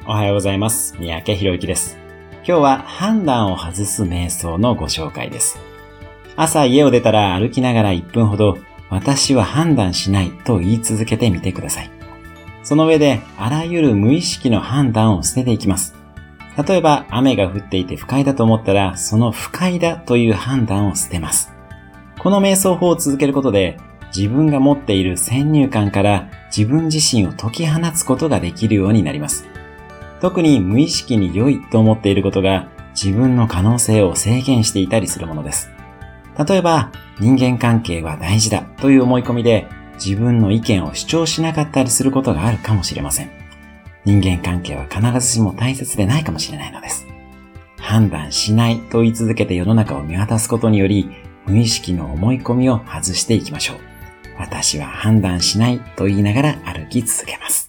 おはようございます。三宅博之です。今日は判断を外す瞑想のご紹介です。朝家を出たら歩きながら1分ほど、私は判断しないと言い続けてみてください。その上であらゆる無意識の判断を捨てていきます。例えば雨が降っていて不快だと思ったら、その不快だという判断を捨てます。この瞑想法を続けることで、自分が持っている先入観から自分自身を解き放つことができるようになります。特に無意識に良いと思っていることが自分の可能性を制限していたりするものです。例えば、人間関係は大事だという思い込みで自分の意見を主張しなかったりすることがあるかもしれません。人間関係は必ずしも大切でないかもしれないのです。判断しないと言い続けて世の中を見渡すことにより、無意識の思い込みを外していきましょう。私は判断しないと言いながら歩き続けます。